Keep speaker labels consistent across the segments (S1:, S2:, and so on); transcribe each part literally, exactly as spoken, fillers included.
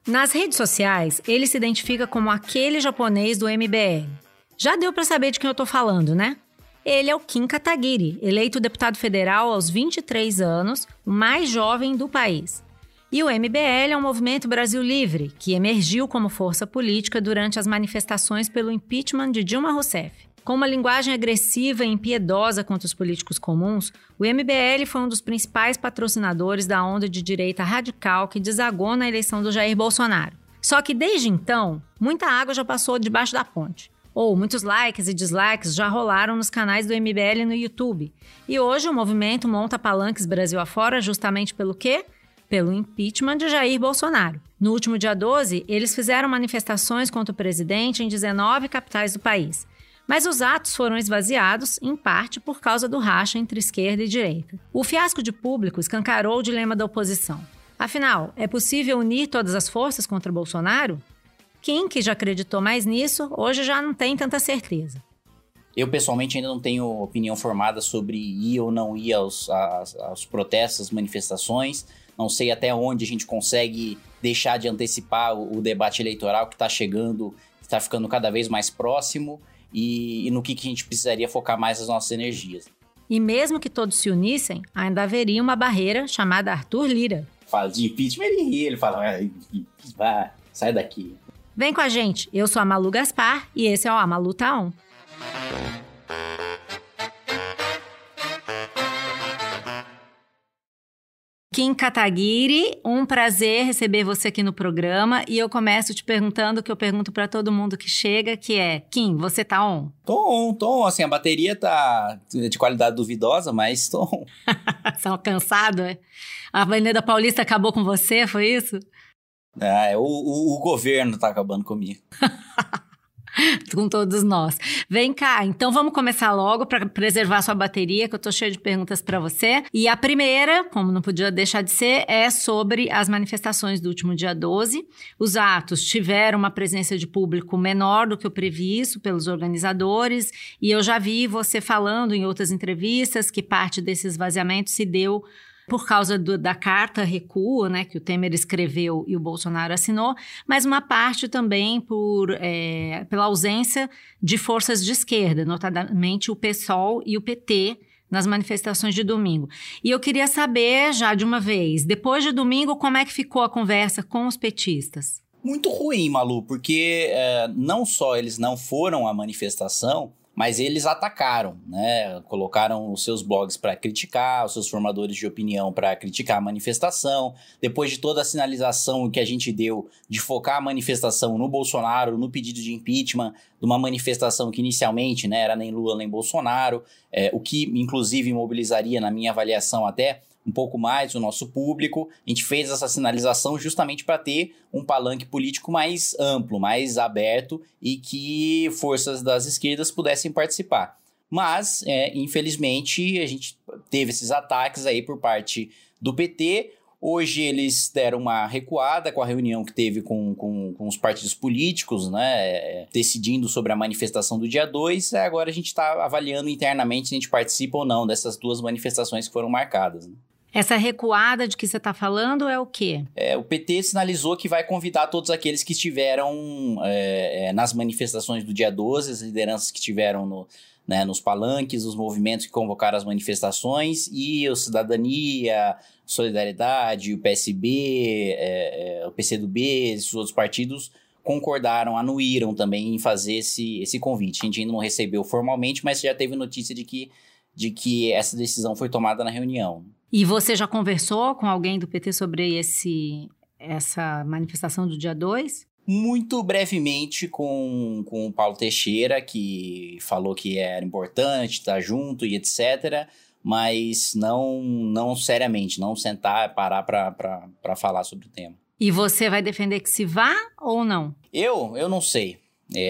S1: Nas redes sociais, ele se identifica como aquele japonês do M B L. Já deu para saber de quem eu tô falando, né? Ele é o Kim Kataguiri, eleito deputado federal aos vinte e três anos, o mais jovem do país. E o M B L é um movimento Brasil Livre, que emergiu como força política durante as manifestações pelo impeachment de Dilma Rousseff. Com uma linguagem agressiva e impiedosa contra os políticos comuns, o M B L foi um dos principais patrocinadores da onda de direita radical que desagou na eleição do Jair Bolsonaro. Só que desde então, muita água já passou debaixo da ponte. Ou muitos likes e dislikes já rolaram nos canais do M B L no YouTube. E hoje o movimento monta palanques Brasil afora justamente pelo quê? Pelo impeachment de Jair Bolsonaro. No último dia doze, eles fizeram manifestações contra o presidente em dezenove capitais do país. Mas os atos foram esvaziados, em parte por causa do racha entre esquerda e direita. O fiasco de público escancarou o dilema da oposição. Afinal, é possível unir todas as forças contra Bolsonaro? Kim, que já acreditou mais nisso, hoje já não tem tanta certeza.
S2: Eu, pessoalmente, ainda não tenho opinião formada sobre ir ou não ir aos, aos, aos protestos, às manifestações. Não sei até onde a gente consegue deixar de antecipar o, o debate eleitoral que está chegando, que está ficando cada vez mais próximo. E, e no que, que a gente precisaria focar mais as nossas energias.
S1: E mesmo que todos se unissem, ainda haveria uma barreira chamada Arthur Lira.
S2: Fala de impeachment, ele ri, ele fala, vai, sai daqui.
S1: Vem com a gente, eu sou a Malu Gaspar e esse é o A Malu Tá On. Kim Kataguiri, um prazer receber você aqui no programa e eu começo te perguntando o que eu pergunto pra todo mundo que chega, que é, Kim, você tá on?
S2: Tô on, tô on, assim, a bateria tá de qualidade duvidosa, mas tô on.
S1: Você é cansado, é? A Avenida Paulista acabou com você, foi isso?
S2: É, o, o, o governo tá acabando comigo.
S1: Com todos nós. Vem cá, então vamos começar logo para preservar sua bateria, que eu tô cheia de perguntas para você. E a primeira, como não podia deixar de ser, é sobre as manifestações do último dia doze. Os atos tiveram uma presença de público menor do que o previsto pelos organizadores, e eu já vi você falando em outras entrevistas que parte desse esvaziamento se deu por causa do, da carta recuo, né, que o Temer escreveu e o Bolsonaro assinou, mas uma parte também por, é, pela ausência de forças de esquerda, notadamente o PSOL e o P T, nas manifestações de domingo. E eu queria saber, já de uma vez, depois de domingo, como é que ficou a conversa com os petistas?
S2: Muito ruim, Malu, porque é, não só eles não foram à manifestação, mas eles atacaram, né? Colocaram os seus blogs para criticar, os seus formadores de opinião para criticar a manifestação. Depois de toda a sinalização que a gente deu de focar a manifestação no Bolsonaro, no pedido de impeachment, de uma manifestação que inicialmente, né, era nem Lula nem Bolsonaro, é, o que inclusive mobilizaria, na minha avaliação até, um pouco mais o nosso público. A gente fez essa sinalização justamente para ter um palanque político mais amplo, mais aberto e que forças das esquerdas pudessem participar. Mas, é, infelizmente, a gente teve esses ataques aí por parte do P T. Hoje eles deram uma recuada com a reunião que teve com, com, com os partidos políticos, né, decidindo sobre a manifestação do dia dois. Agora a gente está avaliando internamente se a gente participa ou não dessas duas manifestações que foram marcadas, né?
S1: Essa recuada de que você está falando é o quê?
S2: É, o P T sinalizou que vai convidar todos aqueles que estiveram é, é, nas manifestações do dia doze, as lideranças que estiveram no, né, nos palanques, os movimentos que convocaram as manifestações, e o Cidadania, Solidariedade, o P S B, é, é, o P C do B, esses outros partidos concordaram, anuíram também em fazer esse, esse convite. A gente ainda não recebeu formalmente, mas já teve notícia de que, de que essa decisão foi tomada na reunião.
S1: E você já conversou com alguém do P T sobre esse, essa manifestação do dia dois?
S2: Muito brevemente com, com o Paulo Teixeira, que falou que era importante estar junto e etcétera, mas não, não seriamente, não sentar, parar para falar sobre o tema.
S1: E você vai defender que se vá ou não?
S2: Eu? Eu não sei.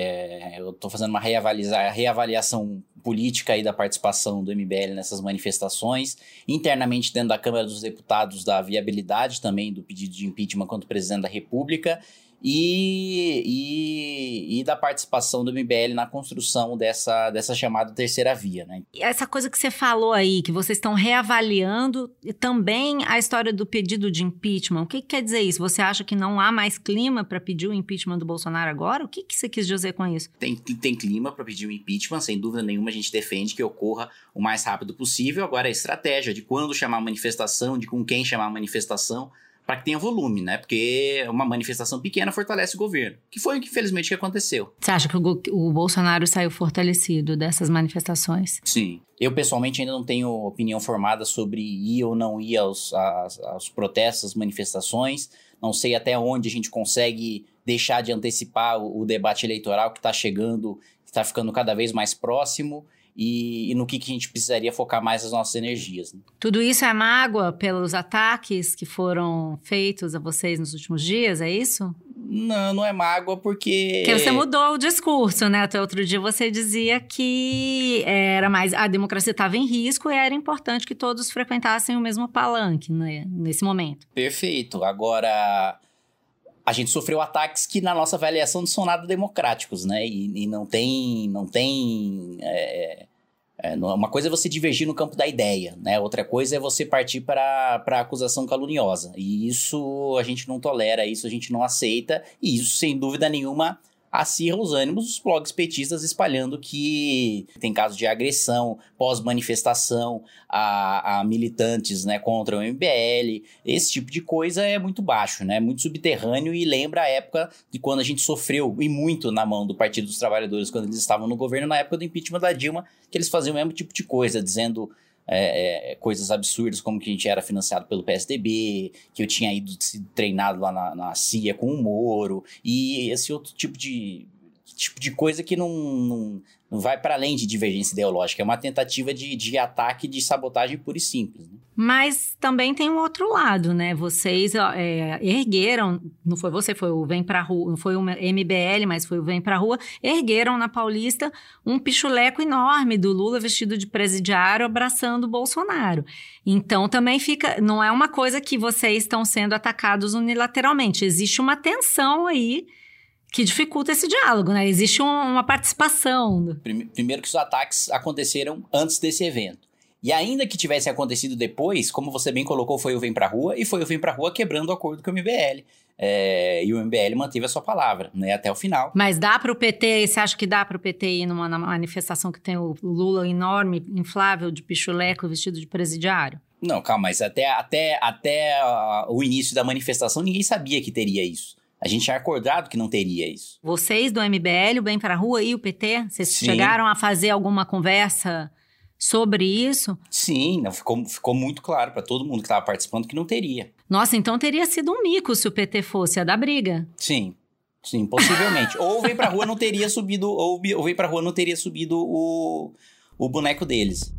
S2: É, eu estou fazendo uma reavalia- reavaliação política aí da participação do M B L nessas manifestações, internamente dentro da Câmara dos Deputados, da viabilidade também do pedido de impeachment contra o presidente da República, e, e, e da participação do M B L na construção dessa, dessa chamada terceira via, né?
S1: Essa coisa que você falou aí, que vocês estão reavaliando, e também a história do pedido de impeachment, o que, que quer dizer isso? Você acha que não há mais clima para pedir o impeachment do Bolsonaro agora? O que, que você quis dizer com isso?
S2: Tem, tem clima para pedir o impeachment, sem dúvida nenhuma a gente defende que ocorra o mais rápido possível. Agora a estratégia de quando chamar a manifestação, de com quem chamar a manifestação, para que tenha volume, né? Porque uma manifestação pequena fortalece o governo, que foi, infelizmente, o que aconteceu.
S1: Você acha que o, o Bolsonaro saiu fortalecido dessas manifestações?
S2: Sim. Eu, pessoalmente, ainda não tenho opinião formada sobre ir ou não ir aos, aos, aos protestos, às manifestações. Não sei até onde a gente consegue deixar de antecipar o, o debate eleitoral que está chegando, que está ficando cada vez mais próximo. E, e no que, que a gente precisaria focar mais as nossas energias. Né?
S1: Tudo isso é mágoa pelos ataques que foram feitos a vocês nos últimos dias, é isso?
S2: Não, não é mágoa porque...
S1: Porque você mudou o discurso, né? Até outro dia você dizia que era mais, a democracia estava em risco e era importante que todos frequentassem o mesmo palanque, né? Nesse momento.
S2: Perfeito. Agora... A gente sofreu ataques que, na nossa avaliação, não são nada democráticos, né? E, e não tem... Não tem é, é, uma coisa é você divergir no campo da ideia, né? Outra coisa é você partir para a acusação caluniosa. E isso a gente não tolera, isso a gente não aceita. E isso, sem dúvida nenhuma, acirra os ânimos dos blogs petistas espalhando que tem casos de agressão pós-manifestação a, a militantes, né, contra o M B L. Esse tipo de coisa é muito baixo, né, muito subterrâneo e lembra a época de quando a gente sofreu, e muito na mão do Partido dos Trabalhadores, quando eles estavam no governo, na época do impeachment da Dilma, que eles faziam o mesmo tipo de coisa, dizendo... É, é, coisas absurdas, como que a gente era financiado pelo P S D B, que eu tinha ido sido treinado lá na, na C I A com o Moro, e esse outro tipo de, tipo de coisa que não, não, não vai para além de divergência ideológica, é uma tentativa de, de ataque, de sabotagem pura e simples. Né?
S1: Mas também tem um outro lado, né? Vocês é, ergueram, não foi você, foi o Vem Pra Rua, não foi o M B L, mas foi o Vem Pra Rua, ergueram na Paulista um pichuleco enorme do Lula vestido de presidiário abraçando o Bolsonaro. Então também fica, não é uma coisa que vocês estão sendo atacados unilateralmente, existe uma tensão aí que dificulta esse diálogo, né? Existe um, uma participação.
S2: Primeiro que os ataques aconteceram antes desse evento. E ainda que tivesse acontecido depois, como você bem colocou, foi o Vem Pra Rua, e foi o Vem Pra Rua quebrando o acordo com o M B L. É, e o M B L manteve a sua palavra, né, até o final.
S1: Mas dá para o P T, você acha que dá para o P T ir numa, numa manifestação que tem o Lula enorme, inflável, de pichuleco, vestido de presidiário?
S2: Não, calma, mas até, até, até uh, o início da manifestação ninguém sabia que teria isso. A gente tinha acordado que não teria isso.
S1: Vocês do M B L, o Vem Pra Rua e o P T, vocês Sim. chegaram a fazer alguma conversa sobre isso?
S2: Sim, não, ficou, ficou muito claro para todo mundo que estava participando que não teria.
S1: Nossa, então teria sido um mico se o P T fosse a da briga.
S2: Sim, sim, possivelmente. Ou o Vem Pra Rua não teria subido, ou o Vem Pra Rua não teria subido o, o boneco deles.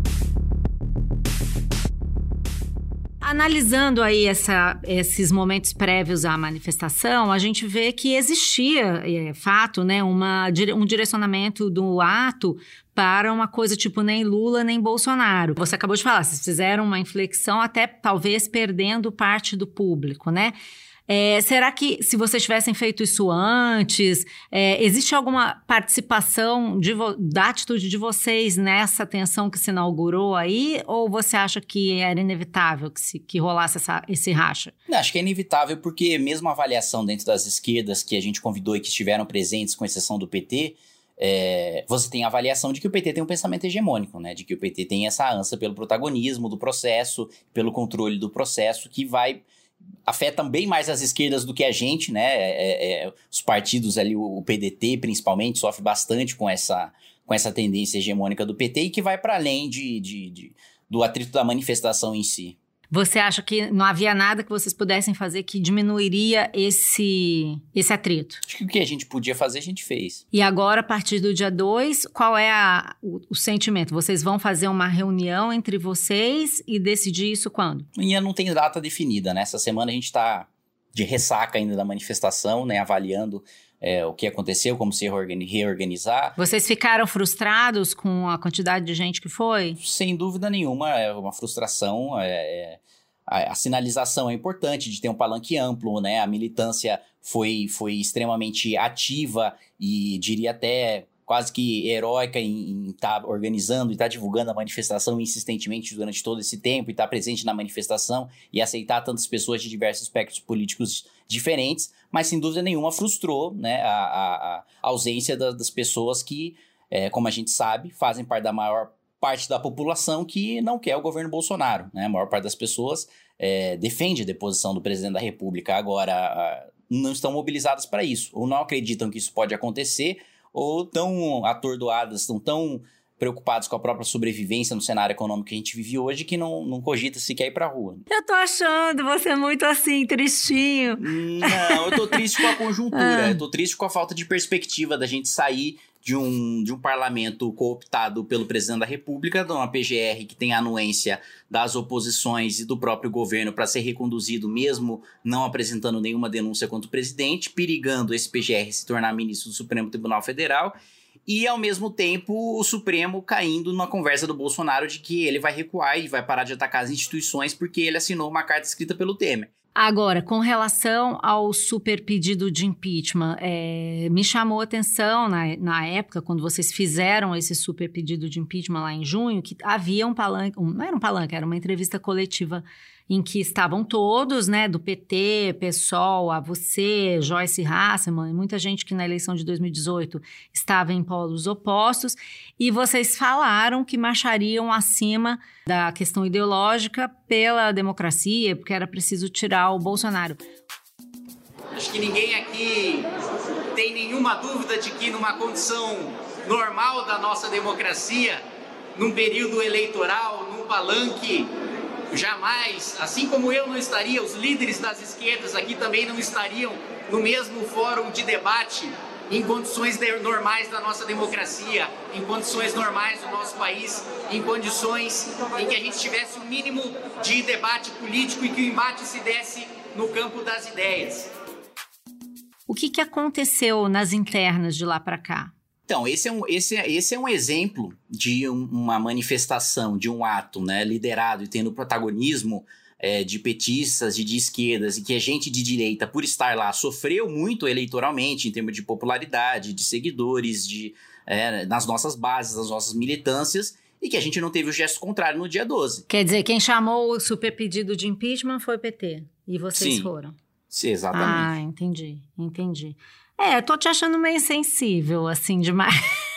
S1: Analisando aí essa, esses momentos prévios à manifestação, a gente vê que existia, é, fato, né, uma, um direcionamento do ato para uma coisa tipo nem Lula nem Bolsonaro. Você acabou de falar, vocês fizeram uma inflexão até talvez perdendo parte do público, né? É, será que se vocês tivessem feito isso antes, é, existe alguma participação de vo- da atitude de vocês nessa tensão que se inaugurou aí? Ou você acha que era inevitável que, se, que rolasse essa, esse racha?
S2: Não, acho que é inevitável porque mesmo a avaliação dentro das esquerdas que a gente convidou e que estiveram presentes, com exceção do P T, é, você tem a avaliação de que o P T tem um pensamento hegemônico, né? De que o P T tem essa ânsia pelo protagonismo do processo, pelo controle do processo, que vai... afeta bem mais as esquerdas do que a gente, né? É, é, os partidos ali, o P D T principalmente, sofre bastante com essa, com essa tendência hegemônica do P T e que vai para além de, de, de, do atrito da manifestação em si.
S1: Você acha que não havia nada que vocês pudessem fazer que diminuiria esse, esse atrito?
S2: Acho que o que a gente podia fazer, a gente fez.
S1: E agora, a partir do dia dois, qual é a, o, o sentimento? Vocês vão fazer uma reunião entre vocês e decidir isso quando?
S2: Ainda não tem data definida, né? Essa semana a gente está de ressaca ainda da manifestação, né? Avaliando é, o que aconteceu, como se reorganizar.
S1: Vocês ficaram frustrados com a quantidade de gente que foi?
S2: Sem dúvida nenhuma, é uma frustração. É, é, a, a sinalização é importante de ter um palanque amplo, né? A militância foi, foi extremamente ativa e diria até quase que heróica em estar tá organizando e estar tá divulgando a manifestação insistentemente durante todo esse tempo e estar tá presente na manifestação e aceitar tantas pessoas de diversos espectros políticos diferentes, mas sem dúvida nenhuma frustrou, né, a, a, a ausência da, das pessoas que, é, como a gente sabe, fazem parte da maior parte da população que não quer o governo Bolsonaro, né? A maior parte das pessoas é, defende a deposição do presidente da República, agora a, não estão mobilizadas para isso, ou não acreditam que isso pode acontecer, ou tão atordoadas, estão tão preocupados com a própria sobrevivência no cenário econômico que a gente vive hoje que não, não cogita sequer ir pra rua.
S1: Eu tô achando você muito assim, tristinho.
S2: Não, eu tô triste com a conjuntura, eu tô triste com a falta de perspectiva da gente sair de um, de um parlamento cooptado pelo presidente da República, de uma P G R que tem a anuência das oposições e do próprio governo para ser reconduzido, mesmo não apresentando nenhuma denúncia contra o presidente, perigando esse P G R se tornar ministro do Supremo Tribunal Federal, e, ao mesmo tempo, o Supremo caindo na conversa do Bolsonaro de que ele vai recuar e vai parar de atacar as instituições porque ele assinou uma carta escrita pelo Temer.
S1: Agora, com relação ao super pedido de impeachment, é, me chamou a atenção na, na época, quando vocês fizeram esse super pedido de impeachment lá em junho, que havia um palanque, um, não era um palanque, era uma entrevista coletiva em que estavam todos, né, do P T, PSOL, a você, Joyce Hasselmann, muita gente que na eleição de dois mil e dezoito estava em polos opostos, e vocês falaram que marchariam acima da questão ideológica pela democracia, porque era preciso tirar o Bolsonaro.
S2: Acho que ninguém aqui tem nenhuma dúvida de que numa condição normal da nossa democracia, num período eleitoral, num palanque, jamais, assim como eu não estaria, os líderes das esquerdas aqui também não estariam no mesmo fórum de debate em condições de, normais da nossa democracia, em condições normais do nosso país, em condições em que a gente tivesse um mínimo de debate político e que o embate se desse no campo das ideias.
S1: O que, que aconteceu nas internas de lá para cá?
S2: Então, esse é um, esse é, esse é um exemplo de um, uma manifestação, de um ato, né, liderado e tendo protagonismo é, de petistas e de esquerdas, e que a gente de direita, por estar lá, sofreu muito eleitoralmente em termos de popularidade, de seguidores, de, é, nas nossas bases, nas nossas militâncias, e que a gente não teve o gesto contrário no dia doze.
S1: Quer dizer, quem chamou o super pedido de impeachment foi o P T, e vocês
S2: Sim.
S1: foram?
S2: Sim, exatamente.
S1: Ah, entendi, entendi. É, eu tô te achando meio sensível, assim, demais.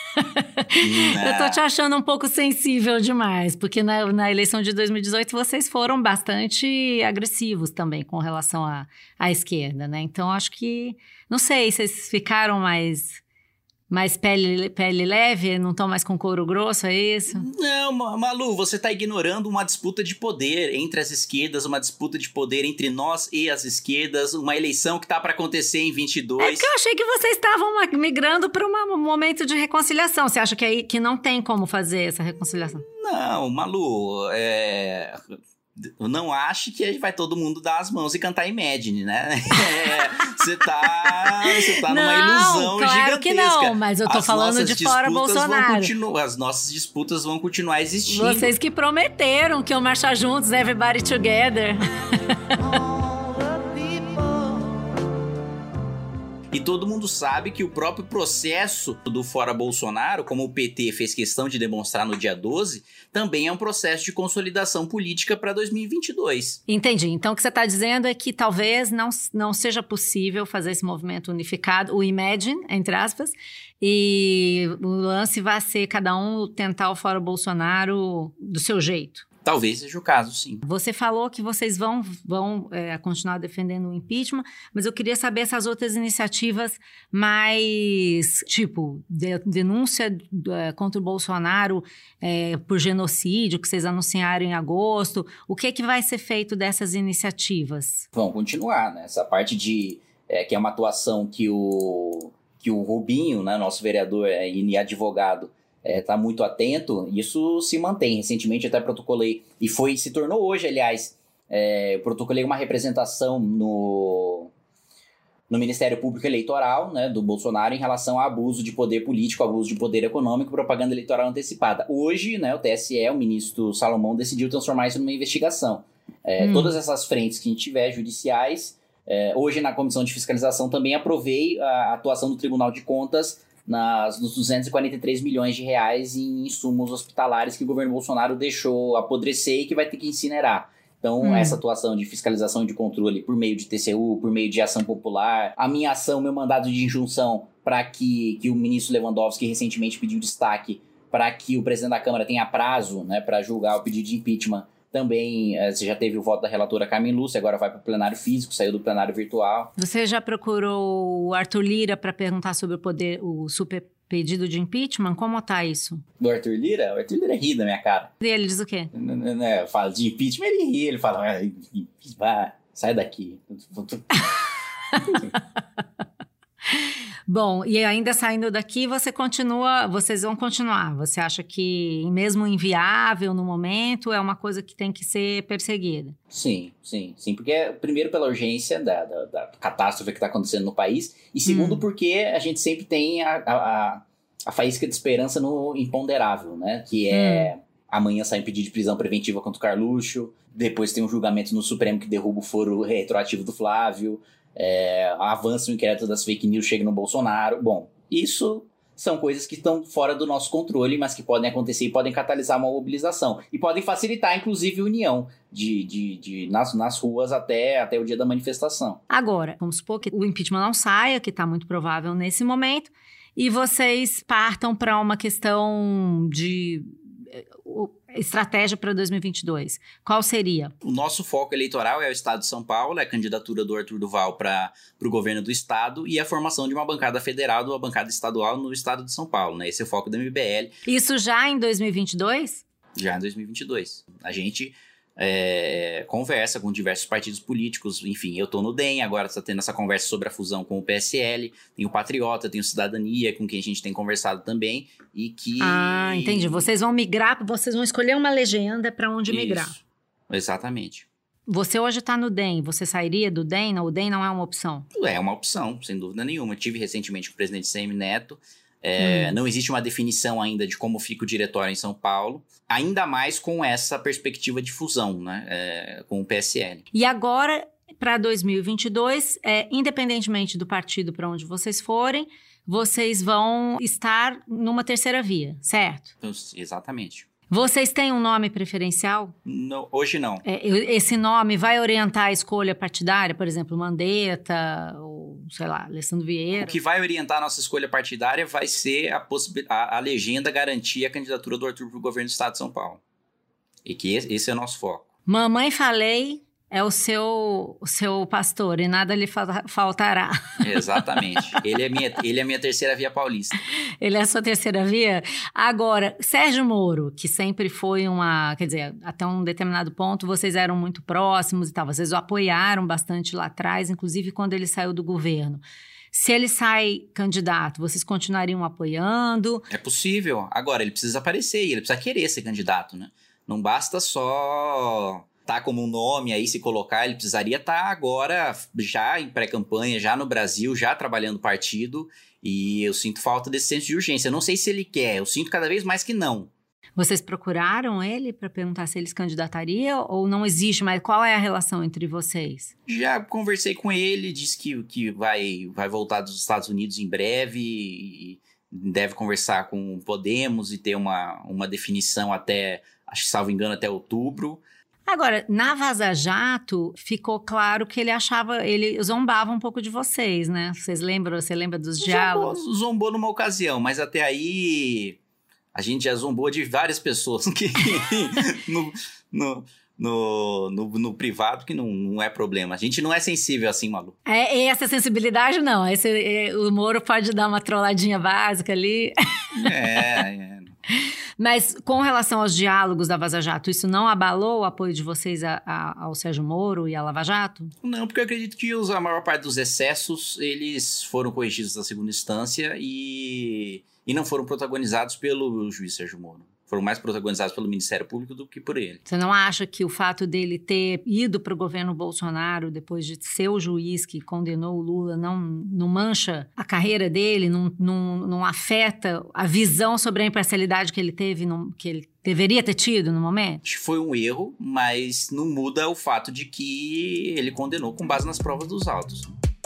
S1: Eu tô te achando um pouco sensível demais, porque na, na eleição de dois mil e dezoito vocês foram bastante agressivos também com relação à, à esquerda, né? Então, acho que, não sei, vocês ficaram mais... Mais pele, pele leve? Não estão mais com couro grosso, é isso?
S2: Não, Malu, você está ignorando uma disputa de poder entre as esquerdas, uma disputa de poder entre nós e as esquerdas, uma eleição que está para acontecer em vinte e dois.
S1: É que eu achei que vocês estavam migrando para um momento de reconciliação. Você acha que, aí, que não tem como fazer essa reconciliação?
S2: Não, Malu, é... não ache que vai todo mundo dar as mãos e cantar Imagine, né? Você é, tá, você tá numa
S1: não,
S2: ilusão
S1: claro
S2: gigantesca.
S1: Que não, mas eu tô
S2: as
S1: falando de fora Bolsonaro.
S2: Continu- as nossas disputas vão continuar existindo.
S1: Vocês que prometeram que iam marchar juntos, everybody together.
S2: E todo mundo sabe que o próprio processo do Fora Bolsonaro, como o P T fez questão de demonstrar no dia doze, também é um processo de consolidação política para dois mil e vinte e dois.
S1: Entendi. Então, o que você está dizendo é que talvez não, não seja possível fazer esse movimento unificado, o Imagine, entre aspas, e o lance vai ser cada um tentar o Fora Bolsonaro do seu jeito.
S2: Talvez seja o caso, sim.
S1: Você falou que vocês vão, vão é, continuar defendendo o impeachment, mas eu queria saber essas outras iniciativas mais, tipo, de, denúncia é, contra o Bolsonaro é, por genocídio, que vocês anunciaram em agosto. O que, que vai ser feito dessas iniciativas?
S2: Vão continuar, né? Essa parte de... É, que é uma atuação que o, que o Rubinho, né, nosso vereador é, e advogado, está é, muito atento, isso se mantém. Recentemente até protocolei, e foi, se tornou hoje, aliás, é, eu protocolei uma representação no, no Ministério Público Eleitoral, né, do Bolsonaro em relação a abuso de poder político, abuso de poder econômico, propaganda eleitoral antecipada. Hoje, né, o T S E, o ministro Salomão, decidiu transformar isso numa investigação. É,
S1: hum.
S2: Todas essas frentes que a gente tiver, judiciais, é, hoje na Comissão de Fiscalização também aprovei a atuação do Tribunal de Contas nas, nos duzentos e quarenta e três milhões de reais em insumos hospitalares que o governo Bolsonaro deixou apodrecer e que vai ter que incinerar. Então, hum. essa atuação de fiscalização e de controle por meio de T C U, por meio de ação popular, a minha ação, meu mandado de injunção para que, que o ministro Lewandowski recentemente pediu destaque para que o presidente da Câmara tenha prazo, né, para julgar o pedido de impeachment. Também, você já teve o voto da relatora Carmen Lúcia, agora vai para o plenário físico, saiu do plenário virtual.
S1: Você já procurou o Arthur Lira para perguntar sobre o poder, o super pedido de impeachment? Como tá isso?
S2: Do Arthur Lira? O Arthur Lira ri da minha cara.
S1: E ele diz o quê?
S2: Eu falo de impeachment, ele ri, ele fala, vai, sai daqui.
S1: Bom, e ainda saindo daqui, você continua, vocês vão continuar. Você acha que, mesmo inviável no momento, é uma coisa que tem que ser perseguida?
S2: Sim, sim, sim. Porque, primeiro, pela urgência da, da, da catástrofe que está acontecendo no país, e segundo, hum. porque a gente sempre tem a, a, a faísca de esperança no imponderável, né? Que é hum. amanhã sai um pedido de prisão preventiva contra o Carluxo, depois tem um julgamento no Supremo que derruba o foro retroativo do Flávio. É, avança o inquérito das fake news, chega no Bolsonaro. Bom, isso são coisas que estão fora do nosso controle, mas que podem acontecer e podem catalisar uma mobilização. E podem facilitar, inclusive, a união de, de, de, nas, nas ruas até, até o dia da manifestação.
S1: Agora, vamos supor que o impeachment não saia, que está muito provável nesse momento, e vocês partam para uma questão de estratégia para dois mil e vinte e dois. Qual seria?
S2: O nosso foco eleitoral é o Estado de São Paulo, é a candidatura do Arthur Duval para o governo do Estado e a formação de uma bancada federal e uma bancada estadual no Estado de São Paulo, né? Esse é o foco do M B L.
S1: Isso já em dois mil e vinte e dois?
S2: Já em dois mil e vinte e dois. A gente é, conversa com diversos partidos políticos, enfim, eu tô no D E M, agora está tendo essa conversa sobre a fusão com o P S L, tem o Patriota, tem o Cidadania, com quem a gente tem conversado também, e que...
S1: Ah, entendi. Vocês vão migrar, vocês vão escolher uma legenda para onde
S2: Isso,
S1: migrar.
S2: Exatamente.
S1: Você hoje está no D E M, você sairia do D E M? Não, o D E M não é uma opção?
S2: É uma opção, sem dúvida nenhuma. Eu tive recentemente com o presidente Semi Neto. É, hum. Não existe uma definição ainda de como fica o diretório em São Paulo, ainda mais com essa perspectiva de fusão, né, é, com o P S L.
S1: E agora, para dois mil e vinte e dois, é, independentemente do partido para onde vocês forem, vocês vão estar numa terceira via, certo?
S2: Exatamente.
S1: Vocês têm um nome preferencial?
S2: Não, hoje não.
S1: É, esse nome vai orientar a escolha partidária? Por exemplo, Mandetta, ou sei lá, Alessandro Vieira?
S2: O que vai orientar a nossa escolha partidária vai ser a, a, a legenda garantir a candidatura do Arthur para o governo do Estado de São Paulo. E que esse, esse é o nosso foco.
S1: Mamãe falei... É o seu, o seu pastor e nada lhe fa- faltará.
S2: Exatamente. Ele é, minha, ele é minha terceira via paulista.
S1: Ele é a sua terceira via? Agora, Sérgio Moro, que sempre foi uma... Quer dizer, até um determinado ponto vocês eram muito próximos e tal. Vocês o apoiaram bastante lá atrás, inclusive quando ele saiu do governo. Se ele sai candidato, vocês continuariam apoiando?
S2: É possível. Agora, ele precisa aparecer e ele precisa querer ser candidato, né? Não basta só... tá como um nome aí, se colocar, ele precisaria estar tá agora já em pré-campanha, já no Brasil, já trabalhando partido, e eu sinto falta desse senso de urgência. Eu não sei se ele quer, eu sinto cada vez mais que não.
S1: Vocês procuraram ele para perguntar se ele se candidataria ou não existe mais? Qual é a relação entre vocês?
S2: Já conversei com ele, disse que, que vai, vai voltar dos Estados Unidos em breve e deve conversar com o Podemos e ter uma, uma definição até, acho que salvo engano, até outubro.
S1: Agora, na Vaza Jato, ficou claro que ele achava, ele zombava um pouco de vocês, né? Vocês lembram, você lembra dos diálogos?
S2: Zombou, zombou numa ocasião, mas até aí a gente já zombou de várias pessoas que no, no, no, no, no privado, que não, não é problema. A gente não é sensível assim, Malu.
S1: É, essa sensibilidade não, esse, é, o Moro pode dar uma trolladinha básica ali.
S2: É, é.
S1: Mas com relação aos diálogos da Vaza Jato, isso não abalou o apoio de vocês a, a, ao Sérgio Moro e à Lava Jato?
S2: Não, porque eu acredito que os, a maior parte dos excessos, eles foram corrigidos na segunda instância e, e não foram protagonizados pelo juiz Sérgio Moro. foram mais protagonizados pelo Ministério Público do que por ele.
S1: Você não acha que o fato dele ter ido para o governo Bolsonaro depois de ser o juiz que condenou o Lula não, não mancha a carreira dele, não, não, não afeta a visão sobre a imparcialidade que ele teve, no, que ele deveria ter tido no momento?
S2: Acho que foi um erro, mas não muda o fato de que ele condenou com base nas provas dos autos.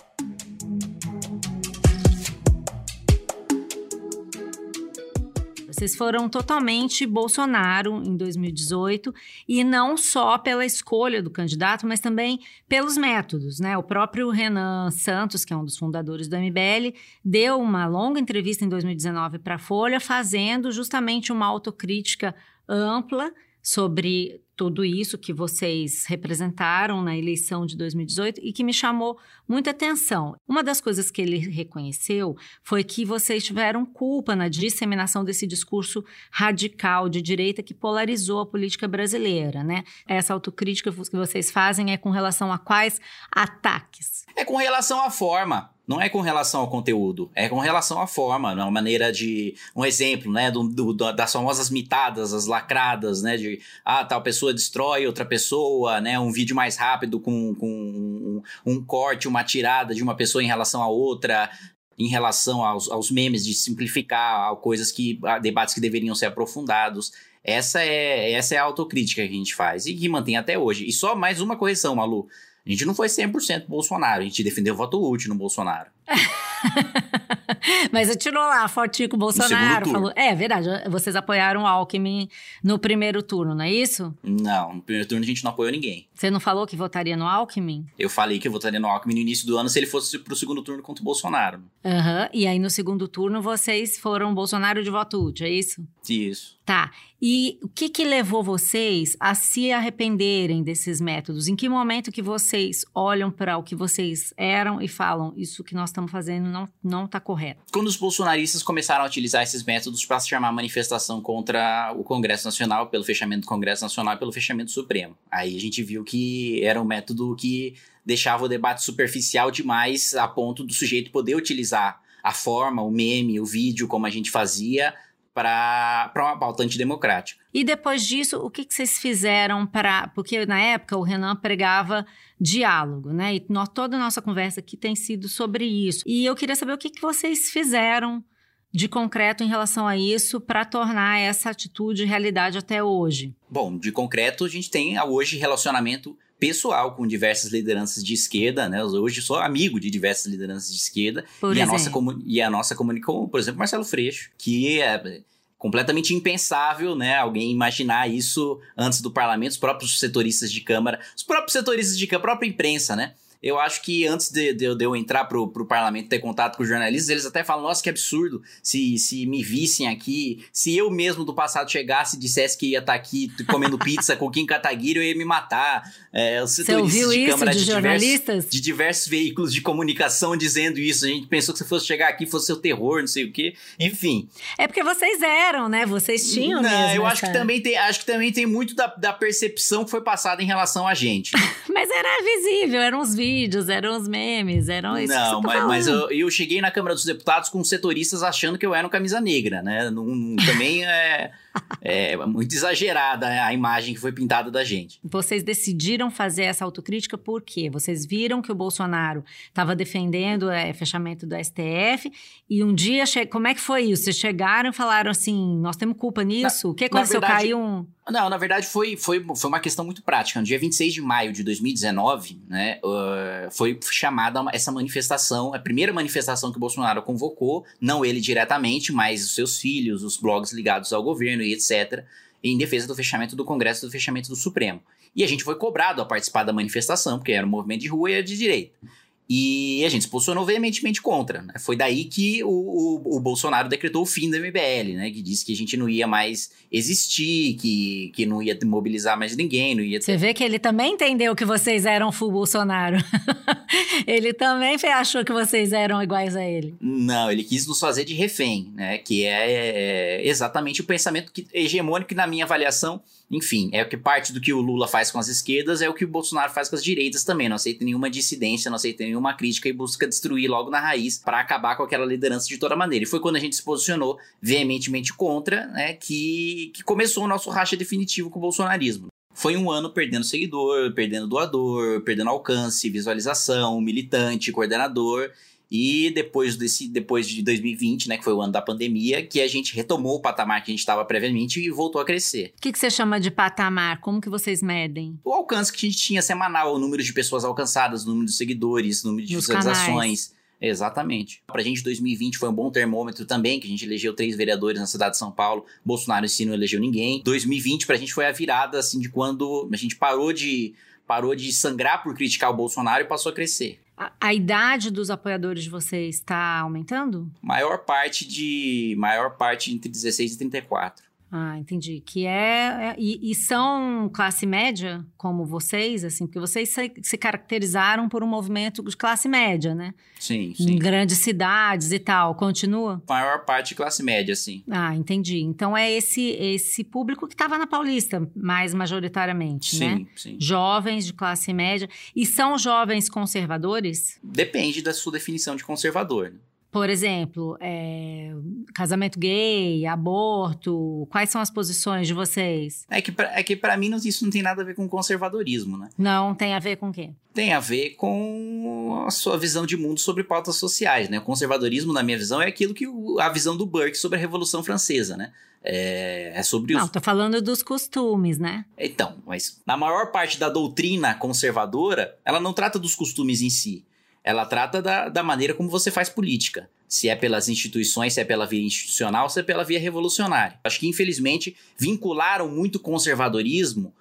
S1: Vocês foram totalmente Bolsonaro em dois mil e dezoito, e não só pela escolha do candidato, mas também pelos métodos, né? O próprio Renan Santos, que é um dos fundadores do M B L, deu uma longa entrevista em dois mil e dezenove para a Folha, fazendo justamente uma autocrítica ampla sobre tudo isso que vocês representaram na eleição de dois mil e dezoito e que me chamou muita atenção. Uma das coisas que ele reconheceu foi que vocês tiveram culpa na disseminação desse discurso radical de direita que polarizou a política brasileira, né? Essa autocrítica que vocês fazem é com relação a quais ataques?
S2: É com relação à forma. Não é com relação ao conteúdo, é com relação à forma, uma maneira de... Um exemplo, né, do, do, das famosas mitadas, as lacradas, né, de... Ah, tal pessoa destrói outra pessoa, né, um vídeo mais rápido com, com um, um corte, uma tirada de uma pessoa em relação a outra, em relação aos, aos memes de simplificar coisas que... debates que deveriam ser aprofundados. Essa é, essa é a autocrítica que a gente faz e que mantém até hoje. E só mais uma correção, Malu. A gente não foi cem por cento Bolsonaro, a gente defendeu o voto útil no Bolsonaro.
S1: Mas eu tirou lá a fotinho com o Bolsonaro, falou... É, verdade, vocês apoiaram o Alckmin no primeiro turno, não é isso?
S2: Não, no primeiro turno a gente não apoiou ninguém.
S1: Você não falou que votaria no Alckmin?
S2: Eu falei que eu votaria no Alckmin no início do ano se ele fosse pro segundo turno contra o Bolsonaro.
S1: Aham, uhum. E aí no segundo turno vocês foram Bolsonaro de voto útil, é isso?
S2: Isso.
S1: Tá, e o que que levou vocês a se arrependerem desses métodos? Em que momento que vocês olham para o que vocês eram e falam, isso que nós estamos fazendo não, não tá correto?
S2: Quando os bolsonaristas começaram a utilizar esses métodos para chamar manifestação contra o Congresso Nacional, pelo fechamento do Congresso Nacional e pelo fechamento do Supremo. Aí a gente viu que era um método que deixava o debate superficial demais a ponto do sujeito poder utilizar a forma, o meme, o vídeo, como a gente fazia, para uma pauta antidemocrática.
S1: E depois disso, o que, que vocês fizeram para... Porque na época o Renan pregava diálogo, né? E nós, toda a nossa conversa aqui tem sido sobre isso. E eu queria saber o que, que vocês fizeram de concreto em relação a isso para tornar essa atitude realidade até hoje.
S2: Bom, de concreto a gente tem hoje relacionamento pessoal com diversas lideranças de esquerda, né? Hoje sou amigo de diversas lideranças de esquerda.
S1: Por
S2: e,
S1: exemplo?
S2: a nossa comu- e a nossa comunicação, por exemplo, Marcelo Freixo, que é completamente impensável, né? Alguém imaginar isso antes do parlamento, os próprios setoristas de Câmara, os próprios setoristas de Câmara, a própria imprensa, né? Eu acho que antes de, de, de eu entrar pro, pro parlamento ter contato com os jornalistas, eles até falam, nossa, que absurdo se, se me vissem aqui, se eu mesmo do passado chegasse e dissesse que ia estar aqui comendo pizza com o Kim Kataguiri, eu ia me matar. É, os
S1: Você ouviu
S2: de
S1: isso
S2: Câmara
S1: de,
S2: de
S1: jornalistas?
S2: Diversos, de diversos veículos de comunicação dizendo isso. A gente pensou que se fosse chegar aqui fosse o terror, não sei o quê. Enfim.
S1: É porque vocês eram, né? Vocês tinham
S2: não,
S1: mesmo.
S2: Eu
S1: essa...
S2: acho que, também tem, acho que também tem muito da, da percepção que foi passada em relação a gente.
S1: Mas era visível, eram os vídeos, eram os memes, eram isso
S2: Não,
S1: que você tá
S2: mas, mas
S1: eu,
S2: eu cheguei na Câmara dos Deputados com setoristas achando que eu era um camisa negra, né? Não, não, também é, é muito exagerada a imagem que foi pintada da gente.
S1: Vocês decidiram fazer essa autocrítica por quê? Vocês viram que o Bolsonaro estava defendendo o é, fechamento do S T F e um dia, che... como é que foi isso? Vocês chegaram e falaram assim, nós temos culpa nisso? Na, o que aconteceu?
S2: Verdade,
S1: Caiu um...
S2: Não, na verdade foi, foi, foi uma questão muito prática. No dia vinte e seis de maio de dois mil e dezenove, né, uh, foi chamada essa manifestação, a primeira manifestação que o Bolsonaro convocou, não ele diretamente, mas os seus filhos, os blogs ligados ao governo e etcétera, em defesa do fechamento do Congresso e do fechamento do Supremo. E a gente foi cobrado a participar da manifestação, porque era um movimento de rua e era de direita. E a gente se posicionou veementemente contra, né? Foi daí que o, o, o Bolsonaro decretou o fim do M B L, né? Que disse que a gente não ia mais existir, que, que não ia mobilizar mais ninguém, não ia...
S1: Você vê que ele também entendeu que vocês eram full Bolsonaro. Ele também achou que vocês eram iguais a ele.
S2: Não, ele quis nos fazer de refém, né? Que é, é exatamente o pensamento que, hegemônico que, na minha avaliação, enfim, é o que parte do que o Lula faz com as esquerdas, é o que o Bolsonaro faz com as direitas também. Não aceita nenhuma dissidência, não aceita nenhuma nenhuma crítica e busca destruir logo na raiz para acabar com aquela liderança de toda maneira. E foi quando a gente se posicionou veementemente contra, né, que, que começou o nosso racha definitivo com o bolsonarismo. Foi um ano perdendo seguidor, perdendo doador, perdendo alcance, visualização, militante, coordenador. E depois, desse, depois de dois mil e vinte, né, que foi o ano da pandemia, que a gente retomou o patamar que a gente estava previamente e voltou a crescer.
S1: O que, que você chama de patamar? Como que vocês medem?
S2: O alcance que a gente tinha semanal, o número de pessoas alcançadas, o número de seguidores, o número de
S1: Nos
S2: visualizações.
S1: Canais.
S2: Exatamente. Pra gente, dois mil e vinte foi um bom termômetro também, que a gente elegeu três vereadores na cidade de São Paulo. Bolsonaro em si não elegeu ninguém. dois mil e vinte pra gente foi a virada, assim, de quando a gente parou de, parou de sangrar por criticar o Bolsonaro e passou a crescer.
S1: A, a idade dos apoiadores de vocês está aumentando?
S2: Maior parte de... Maior parte entre dezesseis e trinta e quatro.
S1: Ah, entendi. Que é... é e, e são classe média, como vocês, assim? Porque vocês se, se caracterizaram por um movimento de classe média, né?
S2: Sim, sim.
S1: Em grandes cidades e tal. Continua?
S2: Maior parte classe média, sim.
S1: Ah, entendi. Então é esse, esse público que estava na Paulista, mais majoritariamente,
S2: sim,
S1: né?
S2: Sim, sim.
S1: Jovens de classe média. E são jovens conservadores?
S2: Depende da sua definição de conservador, né?
S1: Por exemplo, é, casamento gay, aborto, quais são as posições de vocês?
S2: É que, pra, é que pra mim isso não tem nada a ver com conservadorismo, né?
S1: Não, tem a ver com o quê?
S2: Tem a ver com a sua visão de mundo sobre pautas sociais, né? O conservadorismo, na minha visão, é aquilo que o, a visão do Burke sobre a Revolução Francesa, né? É, é sobre
S1: Não,
S2: os...
S1: tô falando dos costumes, né?
S2: Então, mas na maior parte da doutrina conservadora, ela não trata dos costumes em si. Ela trata da, da maneira como você faz política. Se é pelas instituições, se é pela via institucional, se é pela via revolucionária. Acho que, infelizmente, vincularam muito conservadorismo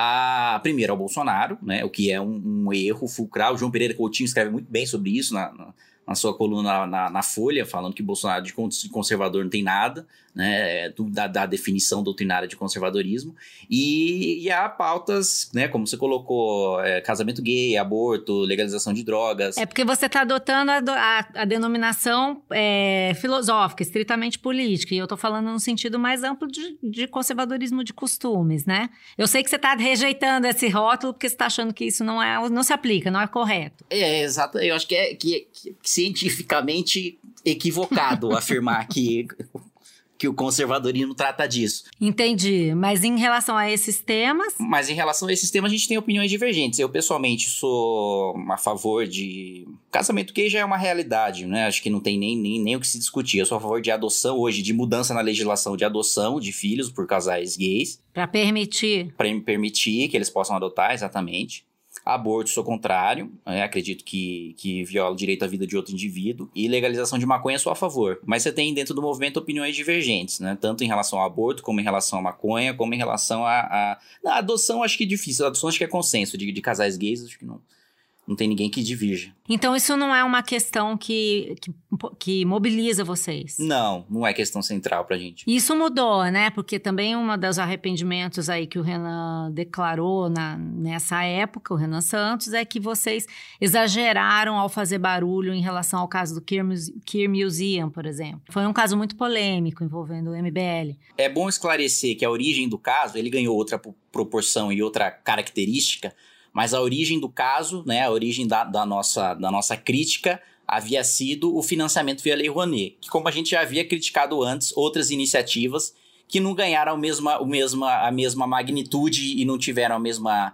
S2: a, primeiro, ao Bolsonaro, né? O que é um, um erro fulcral. O João Pereira Coutinho escreve muito bem sobre isso na, na, na sua coluna na, na Folha, falando que Bolsonaro de conservador não tem nada, né? Da, da definição doutrinária de conservadorismo. E, e há pautas, né? Como você colocou, é, casamento gay, aborto, legalização de drogas.
S1: É porque você está adotando a, a, a denominação é, filosófica, estritamente política. E eu estou falando no sentido mais amplo de, de conservadorismo de costumes, né? Eu sei que você está rejeitando esse rótulo porque você está achando que isso não, é, não se aplica, não é correto.
S2: É, exato. Eu acho que é, que, que, que cientificamente equivocado afirmar que... que o conservadorismo trata disso.
S1: Entendi, mas em relação a esses temas...
S2: Mas em relação a esses temas a gente tem opiniões divergentes. Eu pessoalmente sou a favor de... Casamento gay já é uma realidade, né? Acho que não tem nem, nem, nem o que se discutir. Eu sou a favor de adoção hoje, de mudança na legislação de adoção de filhos por casais gays.
S1: Para permitir.
S2: Para permitir que eles possam adotar, exatamente. Aborto, sou contrário, né? Acredito que, que viola o direito à vida de outro indivíduo. E legalização de maconha, sou a favor. Mas você tem dentro do movimento opiniões divergentes, né? Tanto em relação ao aborto, como em relação à maconha, como em relação à... A, a... a adoção acho que é difícil, a adoção acho que é consenso. De, de casais gays, acho que não... Não tem ninguém que divirja.
S1: Então isso não é uma questão que, que, que mobiliza vocês?
S2: Não, não é questão central pra gente.
S1: Isso mudou, né? Porque também um dos arrependimentos aí que o Renan declarou na, nessa época, o Renan Santos, é que vocês exageraram ao fazer barulho em relação ao caso do Queer, Muse- Queer Museum, por exemplo. Foi um caso muito polêmico envolvendo o M B L.
S2: É bom esclarecer que a origem do caso, ele ganhou outra proporção e outra característica, mas a origem do caso, né, a origem da, da, nossa, da nossa crítica havia sido o financiamento via Lei Rouanet, que como a gente já havia criticado antes, outras iniciativas que não ganharam a mesma, a mesma, a mesma magnitude e não tiveram a mesma...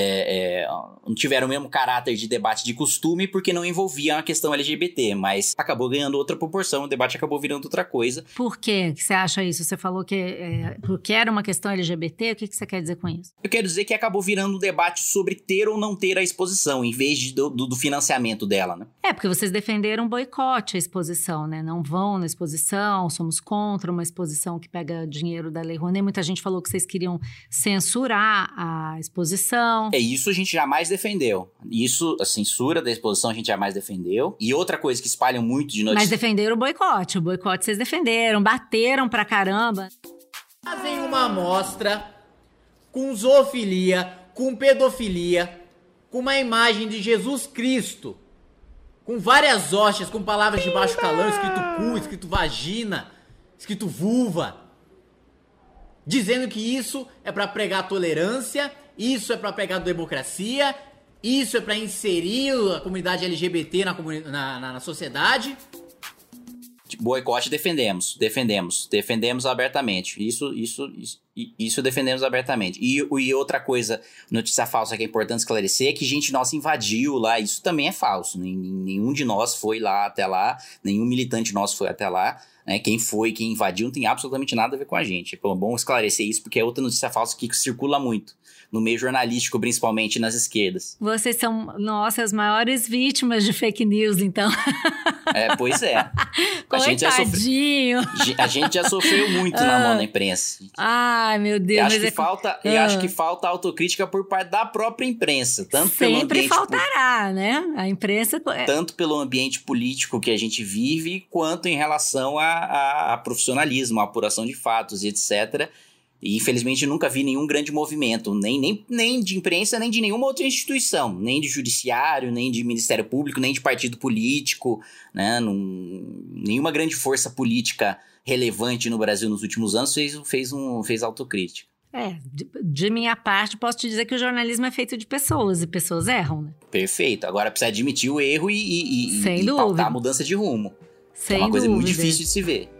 S2: É, é, não tiveram o mesmo caráter de debate de costume porque não envolviam a questão L G B T, mas acabou ganhando outra proporção, o debate acabou virando outra coisa.
S1: Por que você acha isso? Você falou que é, porque era uma questão L G B T, o que, que você quer dizer com isso?
S2: Eu quero dizer que acabou virando um debate sobre ter ou não ter a exposição, em vez de, do, do financiamento dela, né?
S1: É, porque vocês defenderam um boicote à exposição, né? Não vão na exposição, somos contra uma exposição que pega dinheiro da Lei Rouanet. Muita gente falou que vocês queriam censurar a exposição.
S2: É, isso a gente jamais defendeu. Isso, a censura da exposição a gente jamais defendeu. E outra coisa que espalham muito de notícias...
S1: Mas defenderam o boicote. O boicote vocês defenderam, bateram pra caramba.
S3: Fazem uma amostra com zoofilia, com pedofilia, com uma imagem de Jesus Cristo, com várias hóstias, com palavras de baixo calão, escrito cu, escrito vagina, escrito vulva, dizendo que isso é pra pregar tolerância, isso é pra pregar democracia Isso é para inserir a comunidade L G B T na, comuni- na, na, na sociedade?
S2: Boicote defendemos, defendemos, defendemos abertamente. Isso, isso, isso, isso defendemos abertamente. E, e outra coisa, notícia falsa que é importante esclarecer, é que gente nossa invadiu lá. Isso também é falso. Nenhum de nós foi lá até lá, nenhum militante nosso foi até lá. Né? Quem foi, quem invadiu, não tem absolutamente nada a ver com a gente. É bom esclarecer isso, porque é outra notícia falsa que circula muito. No meio jornalístico, principalmente nas esquerdas.
S1: Vocês são, nossa, as maiores vítimas de fake news, então.
S2: É, pois é. A gente já
S1: Coitadinho.
S2: sofreu, a gente já sofreu muito na mão da imprensa.
S1: Ai, meu Deus.
S2: Eu acho,
S1: mas
S2: que,
S1: é...
S2: falta,
S1: ah.
S2: eu acho que falta autocrítica por parte da própria imprensa. Tanto pelo
S1: Sempre
S2: ambiente,
S1: faltará, né? A imprensa...
S2: Tanto pelo ambiente político que a gente vive, quanto em relação a, a, a profissionalismo, a apuração de fatos e etcétera. E, infelizmente, nunca vi nenhum grande movimento, nem, nem, nem de imprensa, nem de nenhuma outra instituição, nem de judiciário, nem de Ministério Público, nem de partido político, né? Num, nenhuma grande força política relevante no Brasil nos últimos anos fez, fez, um, fez autocrítica.
S1: É, de, de minha parte, posso te dizer que o jornalismo é feito de pessoas, e pessoas erram, né?
S2: Perfeito. Agora precisa admitir o erro e, e,
S1: Sem
S2: e, e
S1: dúvida.
S2: pautar a mudança de rumo.
S1: Sem
S2: é uma coisa
S1: dúvida.
S2: muito difícil de se ver.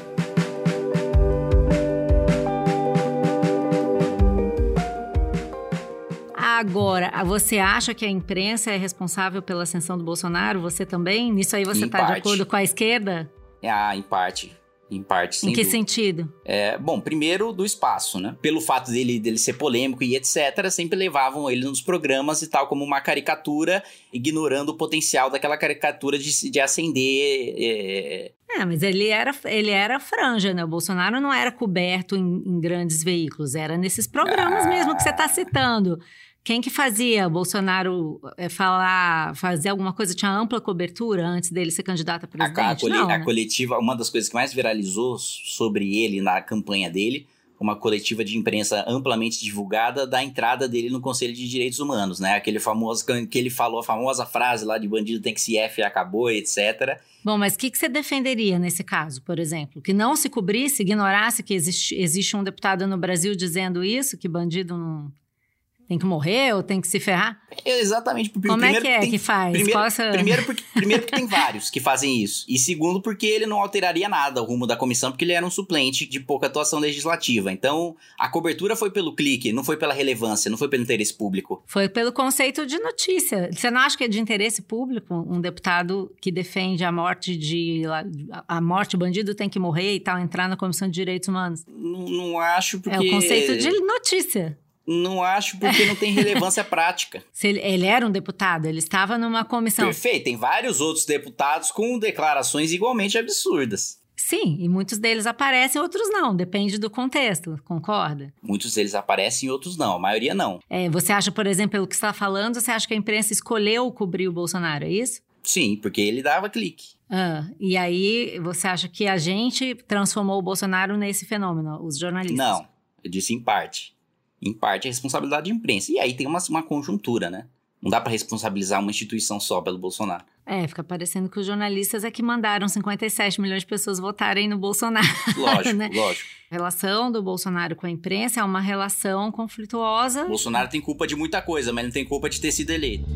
S1: Agora, você acha que a imprensa é responsável pela ascensão do Bolsonaro? Você também? Nisso aí você
S2: Em
S1: está de
S2: parte.
S1: acordo com a esquerda?
S2: Ah, em parte. Em parte, sem
S1: Em que
S2: dúvida.
S1: sentido?
S2: É, bom, primeiro do espaço, né? Pelo fato dele, dele ser polêmico e etcétera, sempre levavam ele nos programas e tal como uma caricatura, ignorando o potencial daquela caricatura de, de ascender... É...
S1: É, mas ele era, ele era franja, né? O Bolsonaro não era coberto em, em grandes veículos, era nesses programas
S2: Ah.
S1: mesmo que você está citando. Quem que fazia o Bolsonaro é, falar, fazer alguma coisa, tinha ampla cobertura antes dele ser candidato a
S2: A,
S1: presidente?
S2: a, cole-
S1: não,
S2: a
S1: né?
S2: coletiva, uma das coisas que mais viralizou sobre ele na campanha dele, uma coletiva de imprensa amplamente divulgada da entrada dele no Conselho de Direitos Humanos, né? Aquele famoso, que ele falou a famosa frase lá de bandido tem que se F e acabou, etcétera.
S1: Bom, mas o que, que você defenderia nesse caso, por exemplo? Que não se cobrisse, ignorasse que existe, existe um deputado no Brasil dizendo isso, que bandido não... Tem que morrer ou tem que se ferrar?
S2: É exatamente. Porque,
S1: Como
S2: primeiro,
S1: é que é
S2: tem,
S1: que faz?
S2: Primeiro,
S1: Possa...
S2: primeiro, porque, primeiro porque tem vários que fazem isso. E segundo porque ele não alteraria nada o rumo da comissão, porque ele era um suplente de pouca atuação legislativa. Então, a cobertura foi pelo clique, não foi pela relevância, não foi pelo interesse público.
S1: Foi pelo conceito de notícia. Você não acha que é de interesse público um deputado que defende a morte de... A morte, o bandido tem que morrer e tal, entrar na Comissão de Direitos Humanos?
S2: Não, não acho porque...
S1: É o conceito de notícia.
S2: Não acho porque não tem relevância prática.
S1: Se ele, ele era um deputado, ele estava numa comissão.
S2: Perfeito, tem vários outros deputados com declarações igualmente absurdas.
S1: Sim, e muitos deles aparecem, outros não, depende do contexto, concorda?
S2: Muitos deles aparecem e outros não, a maioria não.
S1: É, você acha, por exemplo, pelo que você está falando, você acha que a imprensa escolheu cobrir o Bolsonaro, é isso?
S2: Sim, porque ele dava clique.
S1: Ah, e aí você acha que a gente transformou o Bolsonaro nesse fenômeno, os jornalistas?
S2: Não, eu disse em parte. Em parte, é responsabilidade da imprensa. E aí tem uma, uma conjuntura, né? Não dá pra responsabilizar uma instituição só pelo Bolsonaro.
S1: É, fica parecendo que os jornalistas é que mandaram cinquenta e sete milhões de pessoas votarem no Bolsonaro.
S2: Lógico,
S1: né?
S2: lógico.
S1: A relação do Bolsonaro com a imprensa é uma relação conflituosa.
S2: O Bolsonaro tem culpa de muita coisa, mas não tem culpa de ter sido eleito.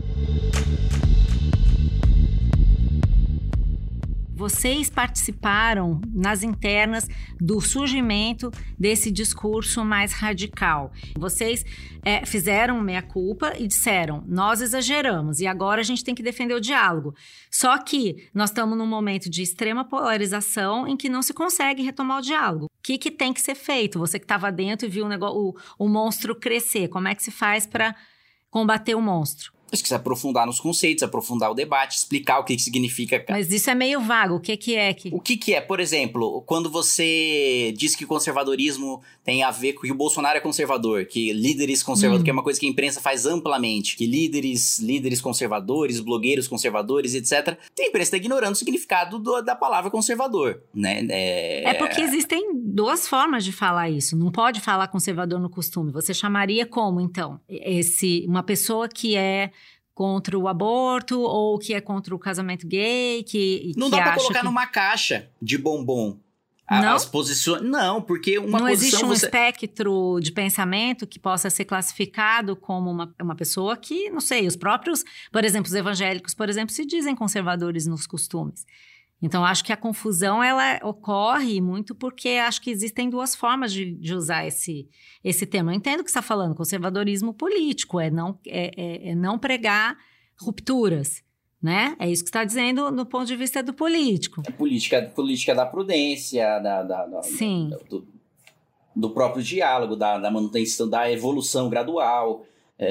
S1: Vocês participaram nas internas do surgimento desse discurso mais radical. Vocês é, fizeram meia-culpa e disseram, nós exageramos e agora a gente tem que defender o diálogo. Só que nós estamos num momento de extrema polarização em que não se consegue retomar o diálogo. O que, que tem que ser feito? Você que estava dentro e viu o, negócio, o, o monstro crescer, como é que se faz para combater o monstro?
S2: Acho que se aprofundar nos conceitos, aprofundar o debate, explicar o que, que significa...
S1: Mas isso é meio vago, o que, que é que...
S2: O que, que é, por exemplo, quando você diz que o conservadorismo tem a ver com que o Bolsonaro é conservador, que líderes conservadores, hum. que é uma coisa que a imprensa faz amplamente, que líderes, líderes conservadores, blogueiros conservadores, etcétera, a imprensa está ignorando o significado do, da palavra conservador, né? É...
S1: é porque existem duas formas de falar isso, não pode falar conservador no costume, você chamaria como, então? Esse, uma pessoa que é contra o aborto ou que é contra o casamento gay, que
S2: Não
S1: que
S2: dá pra
S1: acha
S2: colocar
S1: que...
S2: numa caixa de bombom.
S1: Não?
S2: As posições... Não, porque uma
S1: Não
S2: posição...
S1: existe um
S2: você...
S1: espectro de pensamento que possa ser classificado como uma, uma pessoa que, não sei, os próprios... Por exemplo, os evangélicos, por exemplo, se dizem conservadores nos costumes. Então, acho que a confusão, ela ocorre muito porque acho que existem duas formas de, de usar esse, esse termo. Eu entendo o que você está falando, conservadorismo político, é não, é, é, é não pregar rupturas. Né? É isso que você está dizendo no ponto de vista do político.
S2: A política, política da prudência, da, da, da,
S1: Sim.
S2: Da, do, do próprio diálogo, da, da manutenção, da evolução gradual,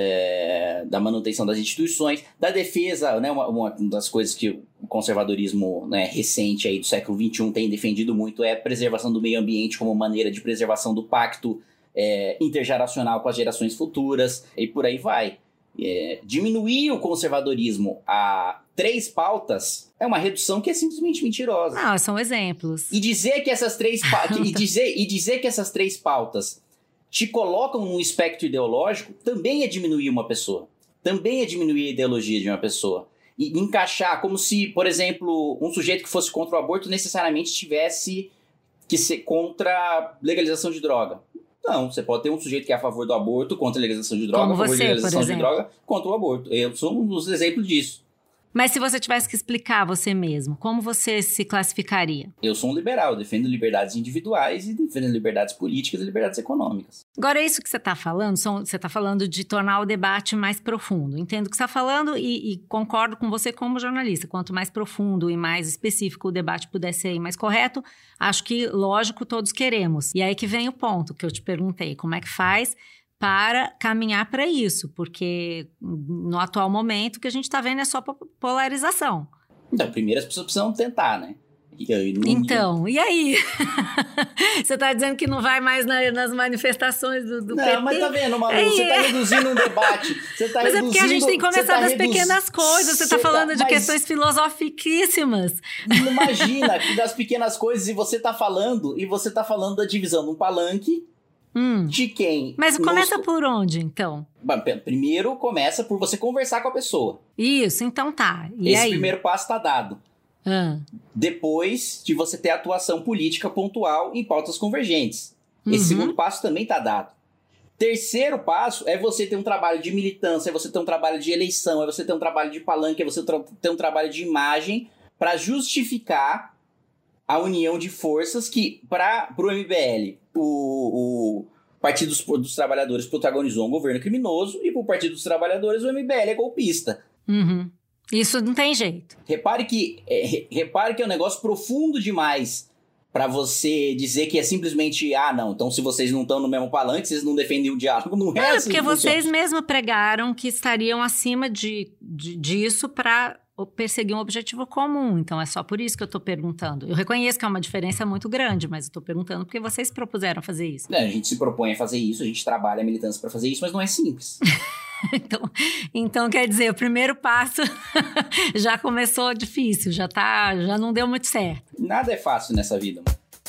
S2: é, da manutenção das instituições, da defesa, né? Uma, uma das coisas que o conservadorismo, né, recente aí do século vinte e um tem defendido muito é a preservação do meio ambiente como maneira de preservação do pacto é, intergeracional com as gerações futuras, e por aí vai. É, diminuir o conservadorismo a três pautas é uma redução que é simplesmente mentirosa.
S1: Não, são exemplos.
S2: E dizer que essas três pa- e, dizer, e dizer que essas três pautas te colocam num espectro ideológico também é diminuir uma pessoa. Também é diminuir a ideologia de uma pessoa. E encaixar como se, por exemplo, um sujeito que fosse contra o aborto necessariamente tivesse que ser contra a legalização de droga. Não, você pode ter um sujeito que é a favor do aborto, contra a legalização de droga,
S1: Como
S2: a favor
S1: você,
S2: da legalização
S1: por
S2: de
S1: exemplo.
S2: droga, contra o aborto. Eu sou um dos exemplos disso.
S1: Mas se você tivesse que explicar você mesmo, como você se classificaria?
S2: Eu sou um liberal, eu defendo liberdades individuais e defendo liberdades políticas e liberdades econômicas.
S1: Agora, isso que você está falando, são, você está falando de tornar o debate mais profundo. Entendo o que você está falando e, e concordo com você como jornalista. Quanto mais profundo e mais específico o debate puder ser e mais correto, acho que, lógico, todos queremos. E aí que vem o ponto que eu te perguntei. Como é que faz para caminhar para isso? Porque no atual momento o que a gente está vendo é só polarização.
S2: Então, primeiro as pessoas precisam tentar, né? E aí, não...
S1: Então, e aí? Você está dizendo que não vai mais na, nas manifestações do, do
S2: não,
S1: P T?
S2: Mas tá vendo, Malu?
S1: É,
S2: você
S1: é.
S2: tá reduzindo um debate. Você tá
S1: mas
S2: reduzindo,
S1: é porque a gente tem que começar
S2: tá
S1: das
S2: reduzi...
S1: pequenas coisas. Você está falando
S2: tá...
S1: de
S2: mas...
S1: questões filosoficíssimas.
S2: Imagina que das pequenas coisas e você tá falando, e você tá falando da divisão de um palanque
S1: Hum.
S2: de quem...
S1: Mas começa
S2: nos...
S1: por onde, então?
S2: Primeiro começa por você conversar com a pessoa.
S1: Isso, então tá. E
S2: Esse
S1: aí?
S2: primeiro passo tá dado.
S1: Ah.
S2: Depois de você ter atuação política pontual em pautas convergentes.
S1: Uhum.
S2: Esse segundo passo também tá dado. Terceiro passo é você ter um trabalho de militância, é você ter um trabalho de eleição, é você ter um trabalho de palanque, é você ter um trabalho de imagem para justificar a união de forças que, para o M B L, o, o Partido dos, dos Trabalhadores protagonizou um governo criminoso e para o Partido dos Trabalhadores o M B L é golpista.
S1: Uhum. Isso não tem jeito.
S2: Repare que é, repare que é um negócio profundo demais para você dizer que é simplesmente, ah, não, então se vocês não estão no mesmo palanque, vocês não defendem o diálogo, não é,
S1: É,
S2: assim
S1: porque
S2: que
S1: vocês
S2: funciona.
S1: mesmos pregaram que estariam acima de, de, disso para perseguir um objetivo comum. Então, é só por isso que eu estou perguntando. Eu reconheço que é uma diferença muito grande, mas eu estou perguntando porque vocês propuseram fazer isso.
S2: É, a gente se propõe a fazer isso, a gente trabalha a militância para fazer isso, mas não é simples.
S1: Então, então, quer dizer, o primeiro passo já começou difícil, já, tá, já não deu muito certo.
S2: Nada é fácil nessa vida.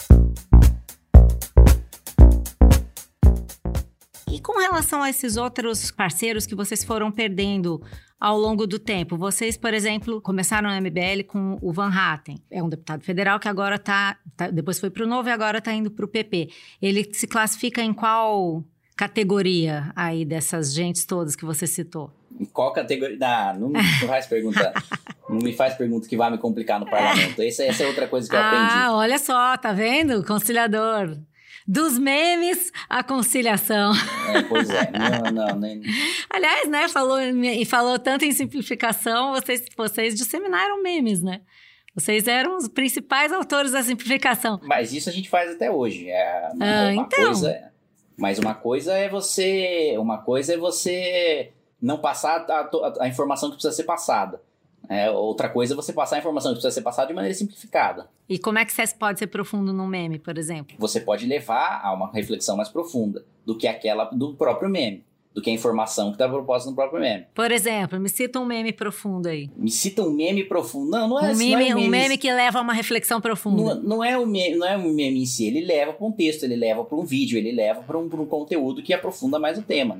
S1: E com relação a esses outros parceiros que vocês foram perdendo ao longo do tempo, vocês, por exemplo, começaram no M B L com o Van Hatten, é um deputado federal que agora está, tá, depois foi para o Novo e agora está indo para o P P. Ele se classifica em qual categoria aí dessas gentes todas que você citou?
S2: Em qual categoria? Ah, não me faz pergunta. Não me faz pergunta que vai me complicar no parlamento. Essa, essa é outra coisa que eu aprendi.
S1: Ah, olha só, tá vendo? Conciliador. Dos memes à conciliação.
S2: É, pois é. Não, não, nem...
S1: Aliás, né, falou, e falou tanto em simplificação, vocês, vocês disseminaram memes, né? Vocês eram os principais autores da simplificação.
S2: Mas isso a gente faz até hoje. É,
S1: Ah,
S2: uma
S1: então.
S2: coisa, mas uma coisa é você... Uma coisa é você não passar a, a, a informação que precisa ser passada. É, outra coisa é você passar a informação que precisa ser passada de maneira simplificada.
S1: E como é que você pode ser profundo num meme, por exemplo?
S2: Você pode levar a uma reflexão mais profunda do que aquela do próprio meme, do que a informação que está proposta no próprio meme.
S1: Por exemplo, me cita um meme profundo aí.
S2: Me cita um meme profundo. Não, não é
S1: Um
S2: não
S1: meme,
S2: é
S1: um
S2: meme,
S1: meme que leva a uma reflexão profunda.
S2: Não, não, é o meme, não é o meme em si, ele leva para um texto, ele leva para um vídeo, ele leva para um, pra um conteúdo que aprofunda mais o tema.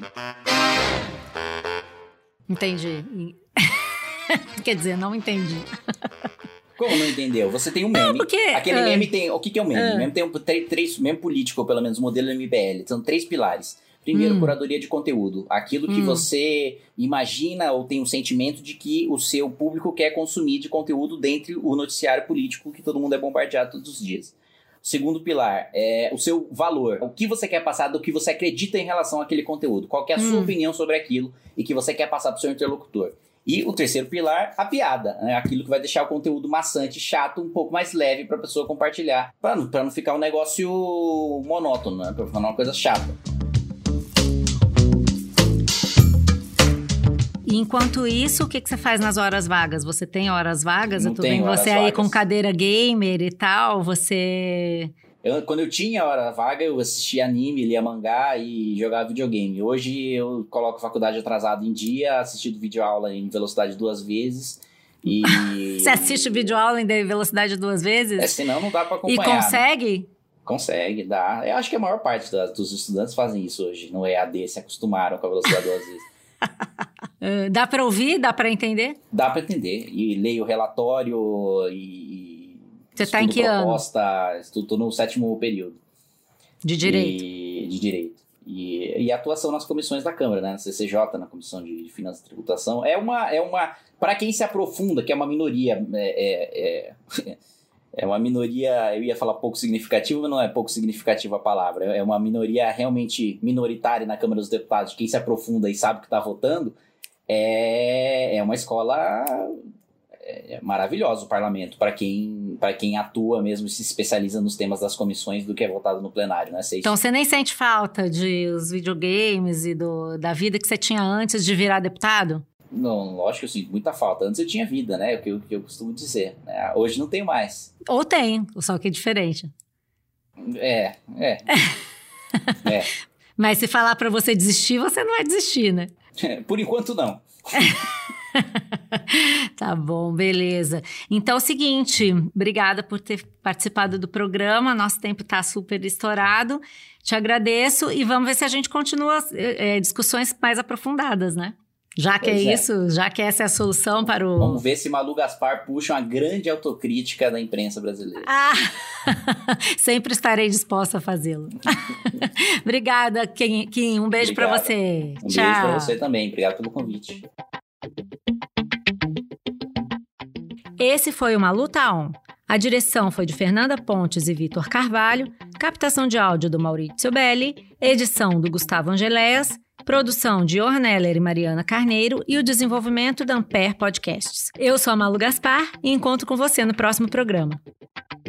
S1: Entendi. Quer dizer, não entendi.
S2: Como não entendeu? Você tem um meme.
S1: Não, porque,
S2: Aquele
S1: uh,
S2: meme tem... O que, que é o meme?
S1: Uh,
S2: O meme tem um, três, três... Meme político, ou pelo menos, modelo M B L. São três pilares. Primeiro, hum. curadoria de conteúdo. Aquilo que hum. você imagina ou tem um sentimento de que o seu público quer consumir de conteúdo dentro do noticiário político que todo mundo é bombardeado todos os dias. O segundo pilar é o seu valor. O que você quer passar, do que você acredita em relação àquele conteúdo. Qual que é a hum. sua opinião sobre aquilo e que você quer passar para o seu interlocutor. E o terceiro pilar, a piada. Né? Aquilo que vai deixar o conteúdo maçante, chato, um pouco mais leve para a pessoa compartilhar. Para não, para não ficar um negócio monótono, né? Para não ficar uma coisa chata.
S1: E enquanto isso, o que, que você faz nas horas vagas? Você tem horas vagas?
S2: Não
S1: eu tô vendo você
S2: vagas.
S1: aí com cadeira gamer e tal, você...
S2: Eu, quando eu tinha hora vaga, eu assistia anime, lia mangá e jogava videogame. Hoje eu coloco a faculdade atrasada em dia, assistindo videoaula em velocidade duas vezes e...
S1: Você assiste videoaula em velocidade duas vezes?
S2: É, senão não dá pra acompanhar.
S1: E consegue?
S2: Né? Consegue, dá. Eu acho que a maior parte das, dos estudantes fazem isso hoje. No E A D, se acostumaram com a velocidade duas vezes.
S1: Dá pra ouvir? Dá pra entender?
S2: Dá pra entender. E leio relatório e...
S1: Você tá em que
S2: proposta,
S1: ano?
S2: Estou no sétimo período.
S1: De Direito?
S2: E, de Direito. E, e atuação nas comissões da Câmara, né? Na C C J, na Comissão de Finanças e Tributação. É uma... É uma para quem se aprofunda, que é uma minoria... É, é, é uma minoria... Eu ia falar pouco significativa, mas não é pouco significativa a palavra. É uma minoria realmente minoritária na Câmara dos Deputados. Quem se aprofunda e sabe o que está votando... É, é uma escola é, maravilhosa, o parlamento, para quem, para quem atua mesmo e se especializa nos temas das comissões do que é votado no plenário, né? Você...
S1: Então você nem sente falta de os videogames e do, da vida que você tinha antes de virar deputado?
S2: Não, lógico que eu sinto muita falta. Antes eu tinha vida, né? O que eu, que eu costumo dizer. Né? Hoje não tenho mais.
S1: Ou tem, só que é diferente.
S2: É, é. é.
S1: Mas se falar para você desistir, você não vai desistir, né?
S2: Por enquanto, não.
S1: Tá bom, beleza. Então é o seguinte, obrigada por ter participado do programa, nosso tempo tá super estourado, te agradeço e vamos ver se a gente continua é, discussões mais aprofundadas, né? Já que pois é isso, é. já que essa é a solução para o...
S2: Vamos ver se Malu Gaspar puxa uma grande autocrítica da imprensa brasileira.
S1: Ah, sempre estarei disposta a fazê-lo. Obrigada, Kim. Kim. Um beijo para você.
S2: Um
S1: Tchau.
S2: beijo para você também. Obrigado pelo convite.
S1: Esse foi o Malu Tá On. A direção foi de Fernanda Pontes e Vitor Carvalho, captação de áudio do Maurício Belli, edição do Gustavo Angeléas, produção de Orneller e Mariana Carneiro e o desenvolvimento da Ampere Podcasts. Eu sou a Malu Gaspar e encontro com você no próximo programa.